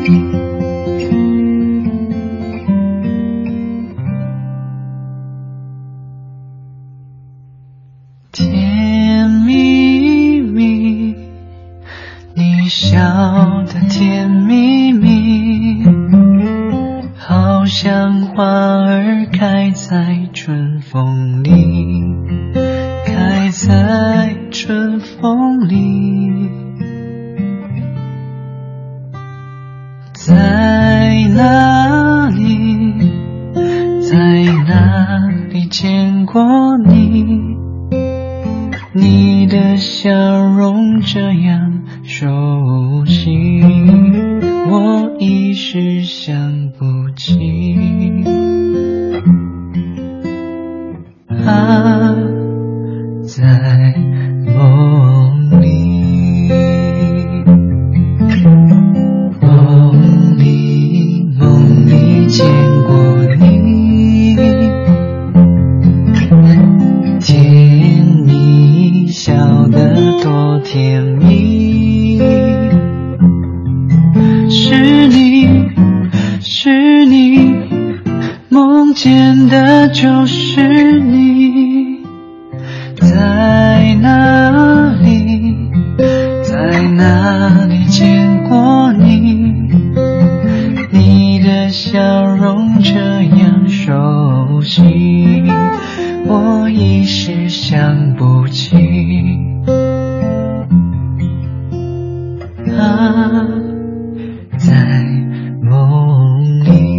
甜蜜蜜，你笑的甜蜜蜜，好像花儿开在春风里，开在春风里。在哪里，在哪里见过你？你的笑容这样熟悉，我一时想不起。啊，在梦里，梦里，梦里见过你，甜蜜笑得多甜蜜，是你，是你，梦见的就是你。在哪里，在哪里见过你？你的笑容这样熟悉，我一时想不起。啊，在梦里。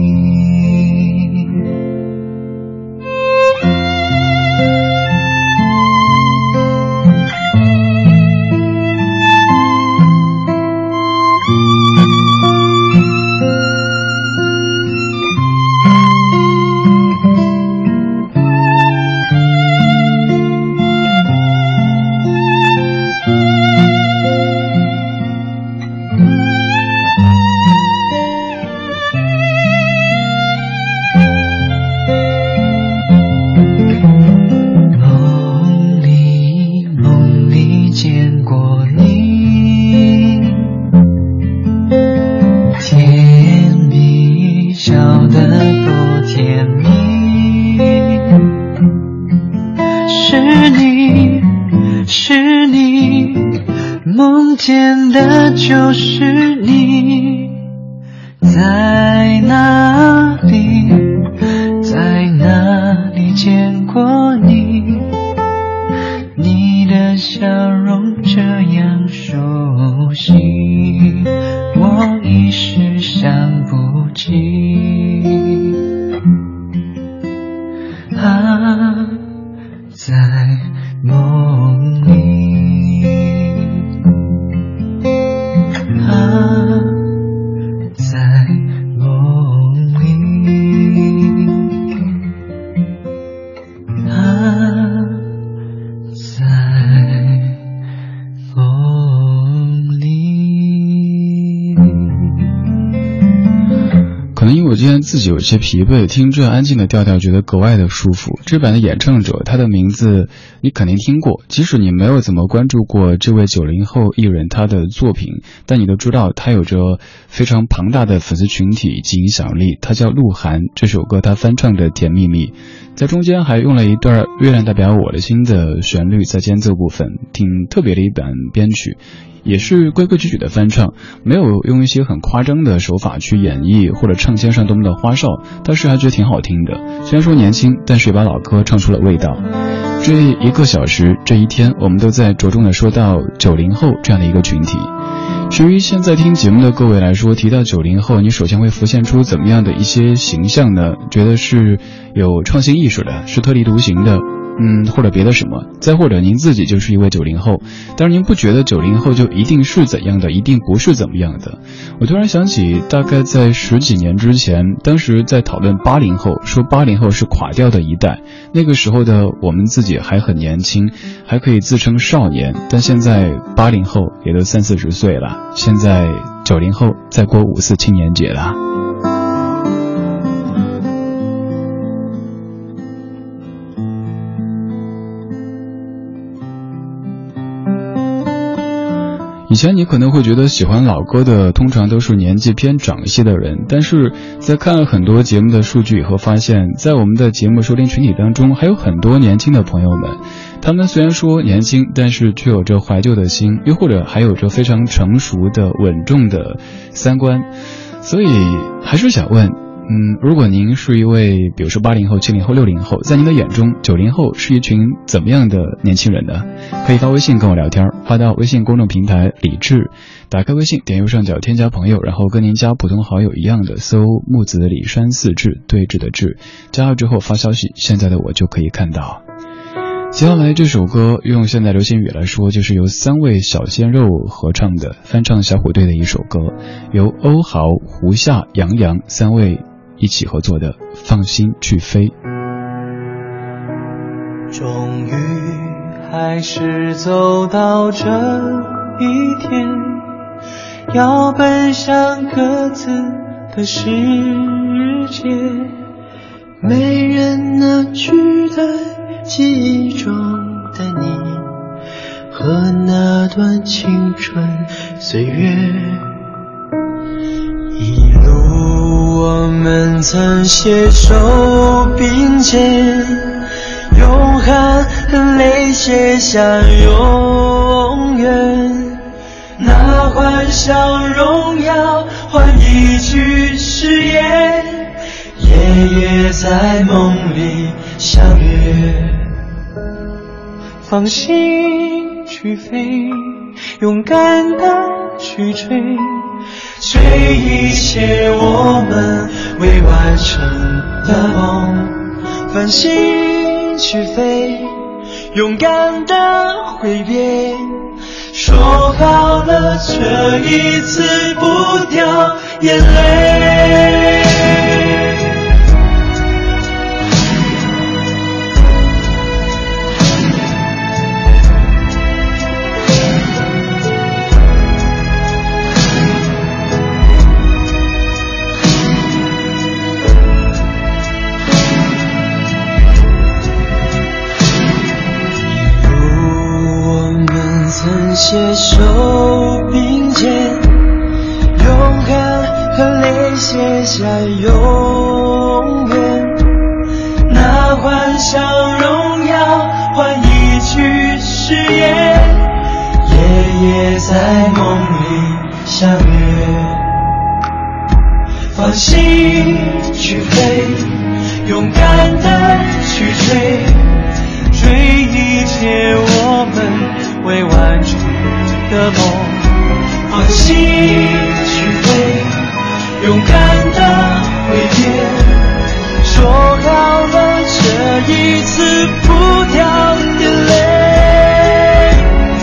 见的就是你，在哪里，在哪里见过你？你的笑容这样熟悉，我一时想不起。啊，在梦里。在梦里，在梦里。 可能因为我今天自己有些疲惫，听这安静的调调觉得格外的舒服。这版的演唱者，他的名字你肯定听过，即使你没有怎么关注过这位90后艺人他的作品，但你都知道他有着非常庞大的粉丝群体以及影响力。他叫鹿晗，这首歌他翻唱的《甜蜜蜜》，在中间还用了一段月亮代表我的心的旋律在间奏部分，挺特别的一版编曲，也是规规矩矩的翻唱，没有用一些很夸张的手法去演绎或者唱先上多么的花哨，但是还觉得挺好听的。虽然说年轻，但是也把老歌唱出了味道。这1个小时，这一天，我们都在着重的说到90后这样的一个群体。至于现在听节目的各位来说，提到90后，你首先会浮现出怎么样的一些形象呢？觉得是有创新意识的，是特立独行的，或者别的什么，再或者您自己就是一位90后，当然您不觉得90后就一定是怎样的，一定不是怎么样的。我突然想起大概在10几年之前，当时在讨论80后，说80后是垮掉的一代，那个时候的我们自己还很年轻，还可以自称少年，但现在80后也都30、40岁了，现在90后在过54青年节了。 以前你可能会觉得喜欢老歌的通常都是年纪偏长一些的人，但是在看了很多节目的数据以后发现，在我们的节目收听群体当中还有很多年轻的朋友们，他们虽然说年轻，但是却有着怀旧的心，又或者还有着非常成熟的稳重的三观。所以还是想问，如果您是一位比如说80后、70后、60后，在您的眼中90后是一群怎么样的年轻人呢？可以发微信跟我聊天，发到微信公众平台李志，打开微信点右上角添加朋友，然后跟您加普通好友一样的搜木子李山四志，对峙的志，加了之后发消息，现在的我就可以看到。接下来这首歌用现代流行语来说，就是由3位小鲜肉合唱的，翻唱小虎队的一首歌，由欧豪、胡夏、杨洋3位一起合作的《放心去飞》。 终于还是走到这一天，要奔向各自的世界，没人能取代记忆中的你和那段青春岁月。一路我们曾携手并肩，用汗和泪写下永远，那欢笑荣耀换一句誓言，夜夜在梦里相约。放心去飞，勇敢地去追，追一切我们未完成的梦。放心去飞，勇敢地挥别，说好了这一次不掉眼泪。携手并肩，勇敢和泪写下永远，那欢笑荣耀换一句誓言，夜夜在梦里相约。放心去飞，勇敢地去追，追一切我们未完成的梦。放心去飞，勇敢地挥别，说好了这一次不掉眼泪。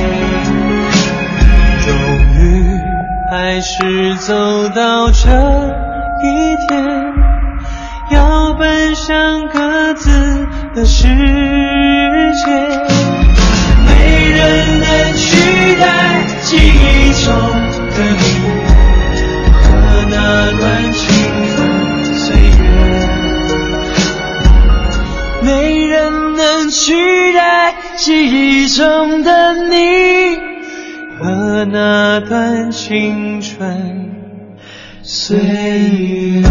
终于还是走到这一天，要奔向各自的世界，没人能取代记忆中的你和那段青春岁月，没人能取代记忆中的你和那段青春岁月。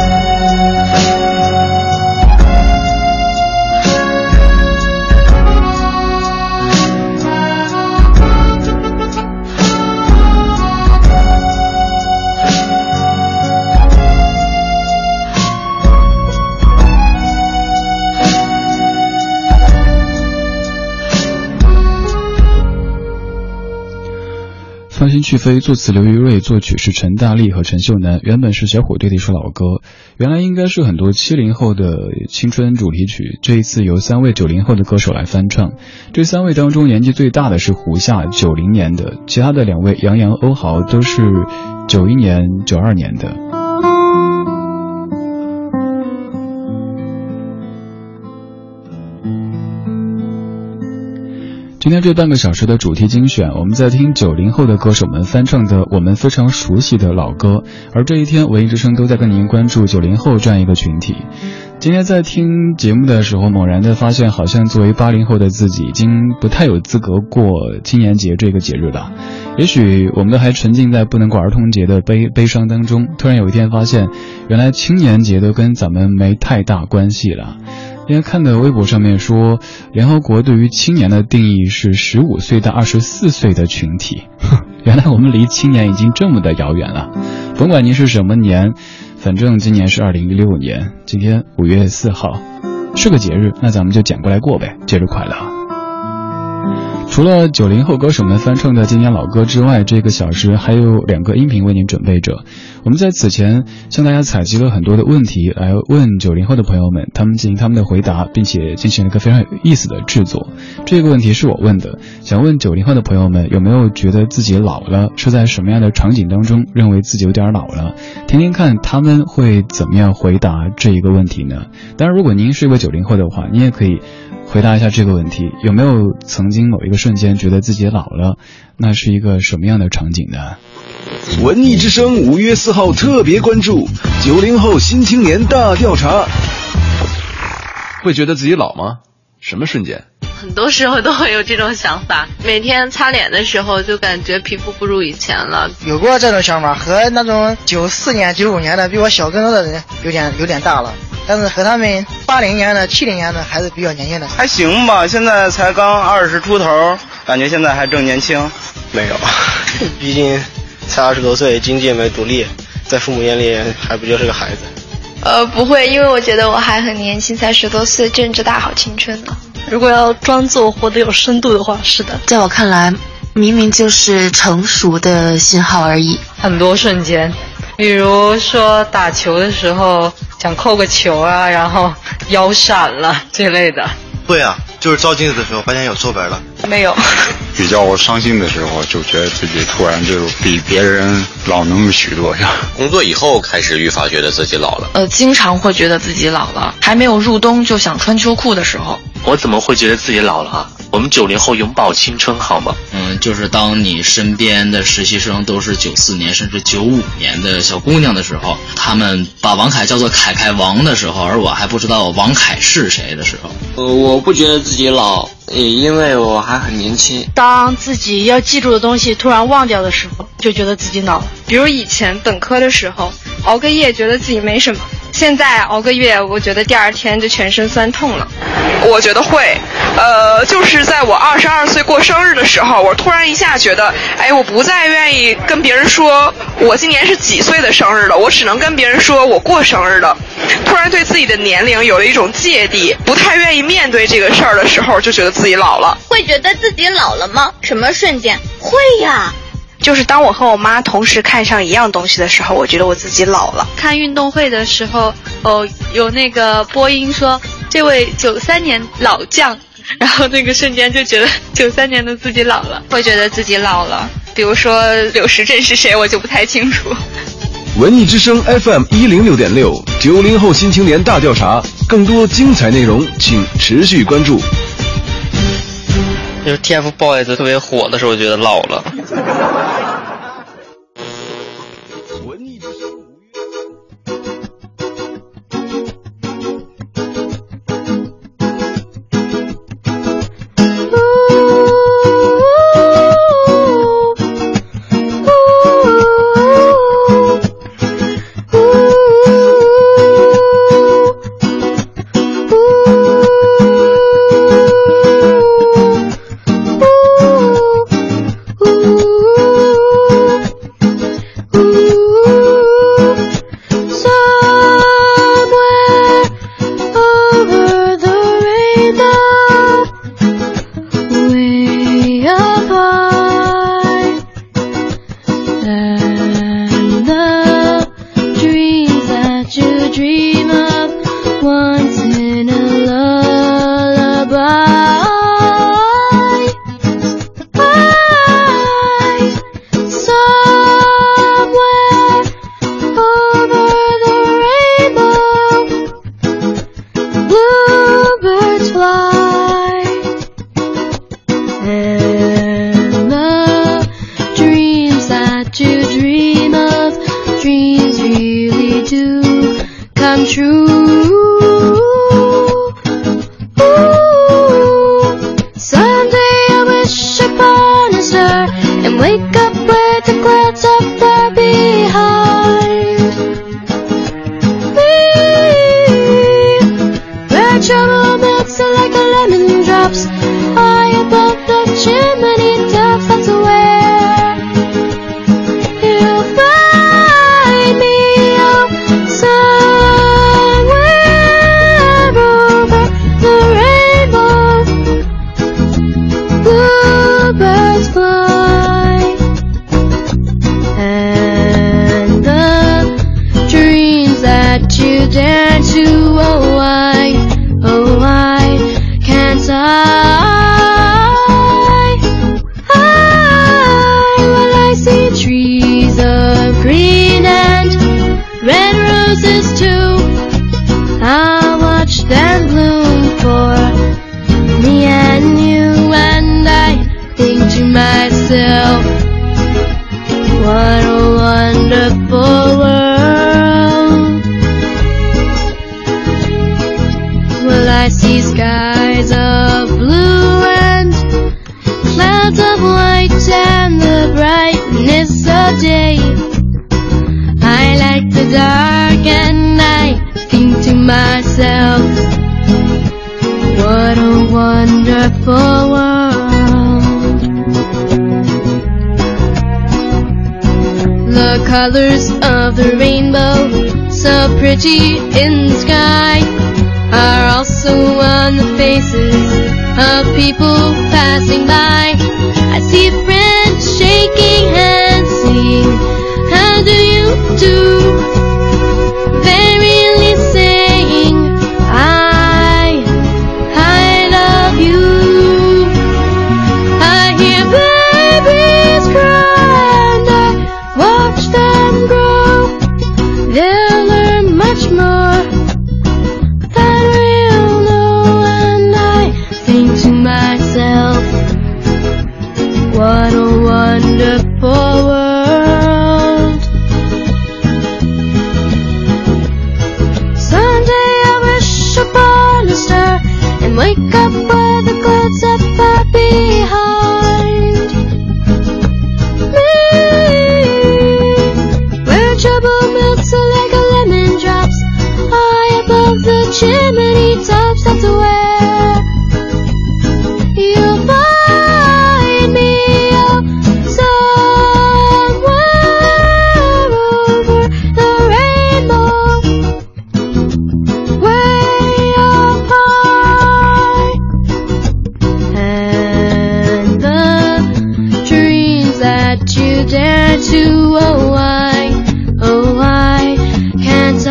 放心去飞，作词刘玉瑞，作曲是陈大力和陈秀楠，原本是小虎队的一首老歌，原来应该是很多70后的青春主题曲，这一次由3位90后的歌手来翻唱。这3位当中年纪最大的是胡夏，90年的，其他的2位杨洋、欧豪都是91年、92年的。 今天这半个小时的主题精选，我们在听90后的歌手们翻唱的我们非常熟悉的老歌，而这一天文艺之声都在跟您关注90后这样一个群体。今天在听节目的时候，猛然的发现，好像作为80后的自己已经不太有资格过青年节这个节日了。也许我们都还沉浸在不能过儿童节的悲伤当中，突然有一天发现，原来青年节都跟咱们没太大关系了。因为看的微博上面说，联合国对于青年的定义是15岁到24岁的群体。原来我们离青年已经这么的遥远了。甭管您是什么年，反正今年是2016年，今天5月4号是个节日，那咱们就捡过来过呗，节日快乐。除了90后歌手们翻唱的经典老歌之外，这个小时还有2个音频为您准备着。我们在此前向大家采集了很多的问题来问90后的朋友们，他们进行他们的回答，并且进行了一个非常有意思的制作。这个问题是我问的，想问90后的朋友们有没有觉得自己老了，是在什么样的场景当中认为自己有点老了，听听看他们会怎么样回答这一个问题呢？当然如果您是一位90后的话，你也可以回答一下这个问题，有没有曾经某一个瞬间觉得自己老了，那是一个什么样的场景呢？ 文艺之声5月4号特别关注90后新青年大调查。会觉得自己老吗？什么瞬间？ 很多时候都会有这种想法，每天擦脸的时候就感觉皮肤不如以前了。 有过这种想法，和那种94年95年的比我小更多的人有点大了，但是和他们80年的70年的还是比较年轻的。 还行吧，现在才刚20出头，感觉现在还正年轻。 没有，毕竟才20多岁，经济也没独立，在父母眼里还不就是个孩子。 不会，因为我觉得我还很年轻，才10多岁，正值大好青春呢。 如果要装作活得有深度的话，是的。 在我看来，明明就是成熟的信号而已。 很多瞬间，比如说打球的时候想扣个球啊，然后腰闪了之类的。 会啊，就是照镜子的时候发现有皱纹了。 没有。 比较伤心的时候，就觉得自己突然就比别人老那么许多呀。 工作以后开始愈发觉得自己老了。 经常会觉得自己老了，还没有入冬就想穿秋裤的时候。 我怎么会觉得自己老了？我们90后拥抱青春好吗？ 就是当你身边的实习生都是94年甚至95年的小姑娘的时候，他们把王凯叫做凯凯王的时候，而我还不知道王凯是谁的时候。 我不觉得自己老，也因为我还很年轻。 当自己要记住的东西突然忘掉的时候，就觉得自己老了。 比如以前本科的时候，熬个夜觉得自己没什么，现在熬个夜，我觉得第二天就全身酸痛了。 我觉得会，就是在我22岁过生日的时候，我突然一下觉得，我不再愿意跟别人说我今年是几岁的生日了，我只能跟别人说我过生日了。突然对自己的年龄有了一种芥蒂，不太愿意面对这个事儿的时候，就觉得自己老了。 会觉得自己老了吗？什么瞬间？会呀。 就是当我和我妈同时看上一样东西的时候，我觉得我自己老了。 看运动会的时候，有那个播音说这位93年老将，然后那个瞬间就觉得93年的自己老了， 会觉得自己老了。比如说柳时镇是谁，我就不太清楚。 文艺之声 FM106.6 90后新青年大调查，更多精彩内容请持续关注。 就是 TFBOYS 特别火的时候，我觉得老了。 dare to? Oh why can't well, I see trees of green and red roses too. I'll watch them bloom for me and you, and I think to myself, what a wonderful world. Well, I see skies of blue and clouds of white and the brightness of day. I like the dark and I think to myself, what a wonderful world. The colors of the rainbow, so pretty in the sky, are also on the faces of people passing by. I see friends shaking hands, saying, how do you do? They're really saying, I love you. I hear babies cry and I watch them grow. They'll learn much more than we'll know, and I think to myself, what a wonderful world. Someday I wish upon a star and wake up where the clouds are far behind me, where trouble melts like a lemon drops high above the chimney tops. That's where you'll find me, oh, somewhere over the rainbow, way up high. And the dreams that you dare to, oh why can't I?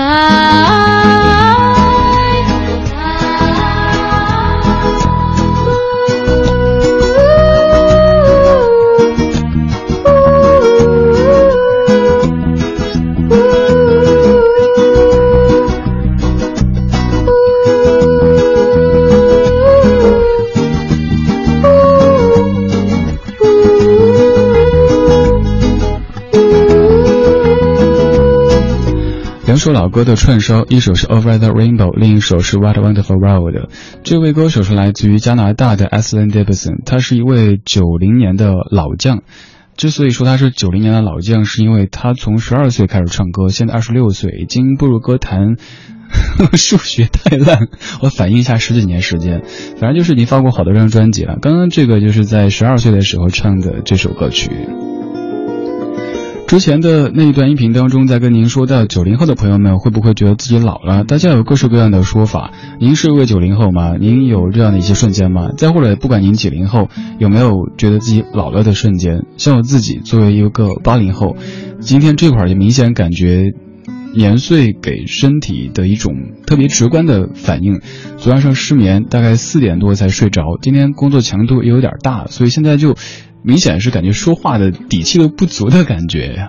两首老歌的串烧，一首是 Over the Rainbow， 另一首是 What a Wonderful World。 这位歌手是来自于加拿大的 Aislinn Davidson， 他是一位90年的老将。之所以说他是90年的老将，是因为他从12岁开始唱歌，现在26岁，已经步入歌坛。数学太烂，我反应一下10几年时间，反正就是已经发过好多张专辑了。刚刚这个就是在12岁的时候唱的这首歌曲。之前的那一段音频当中，在跟您说到90后的朋友们会不会觉得自己老了，大家有各式各样的说法。您是一位90后吗？您有这样的一些瞬间吗？再或者不管您90后有没有觉得自己老了的瞬间，像我自己作为一个80后，今天这会儿就明显感觉年岁给身体的一种特别直观的反应。昨晚上失眠，大概4点多才睡着，今天工作强度也有点大，所以现在就明显是感觉说话的底气都不足的感觉呀。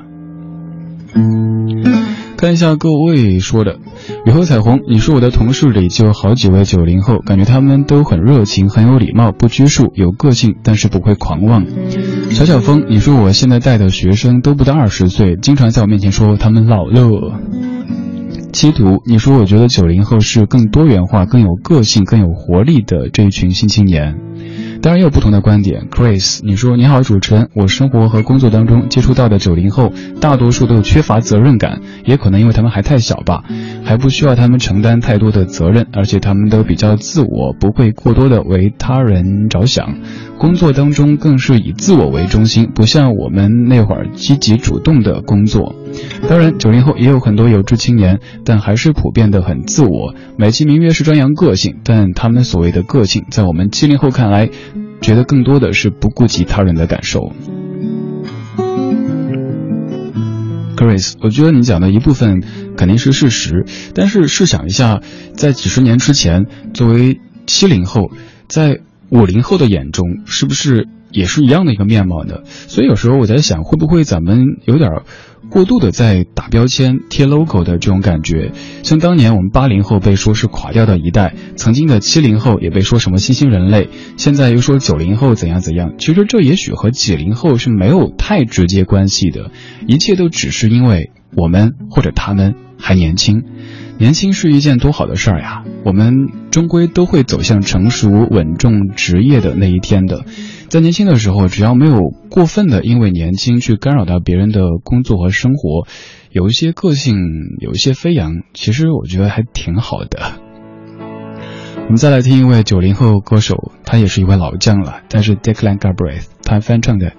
看一下各位说的，雨后彩虹，你说我的同事里就有好几位90后，感觉他们都很热情，很有礼貌，不拘束，有个性，但是不会狂妄。小小风，你说我现在带的学生都不到20岁，经常在我面前说他们老了。七图，你说我觉得90后是更多元化、更有个性、更有活力的这一群新青年。当然也有不同的观点。 Chris， 你说你好主持人，我生活和工作当中接触到的90后大多数都缺乏责任感，也可能因为他们还太小吧，还不需要他们承担太多的责任，而且他们都比较自我，不会过多的为他人着想，工作当中更是以自我为中心，不像我们那会儿积极主动的工作。当然90后也有很多有志青年，但还是普遍的很自我，美其名曰是张扬个性，但他们所谓的个性在我们70后看来觉得更多的是不顾及他人的感受。 Chris， 我觉得你讲的一部分肯定是事实，但是试想一下，在几十年之前，作为70后，在50后的眼中，是不是也是一样的一个面貌呢？所以有时候我在想，会不会咱们有点过度的在打标签贴 logo 的这种感觉，像当年我们80后被说是垮掉的一代，曾经的70后也被说什么新兴人类，现在又说90后怎样怎样，其实这也许和90后是没有太直接关系的，一切都只是因为我们或者他们还年轻。年轻是一件多好的事儿呀，我们终归都会走向成熟稳重职业的那一天的。在年轻的时候，只要没有过分的因为年轻去干扰到别人的工作和生活，有一些个性，有一些飞扬，其实我觉得还挺好的。我们再来听一位90后歌手，他也是一位老将了，他是 Declan Galbraith， 他翻唱的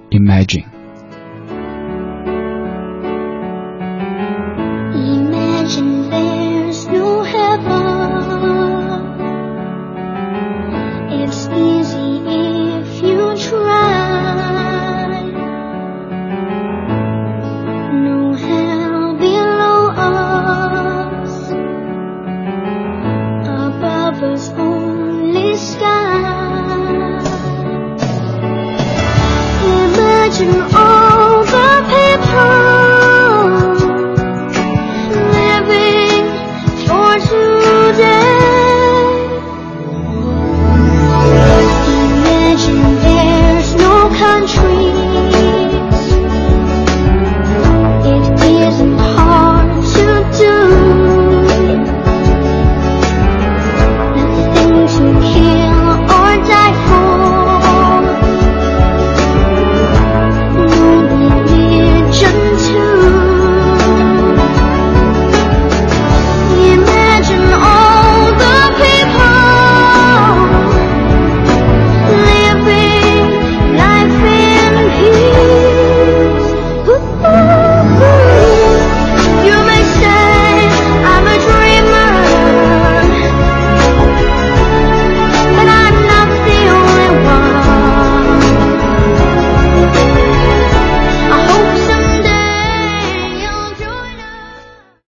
Imagine。Imagine there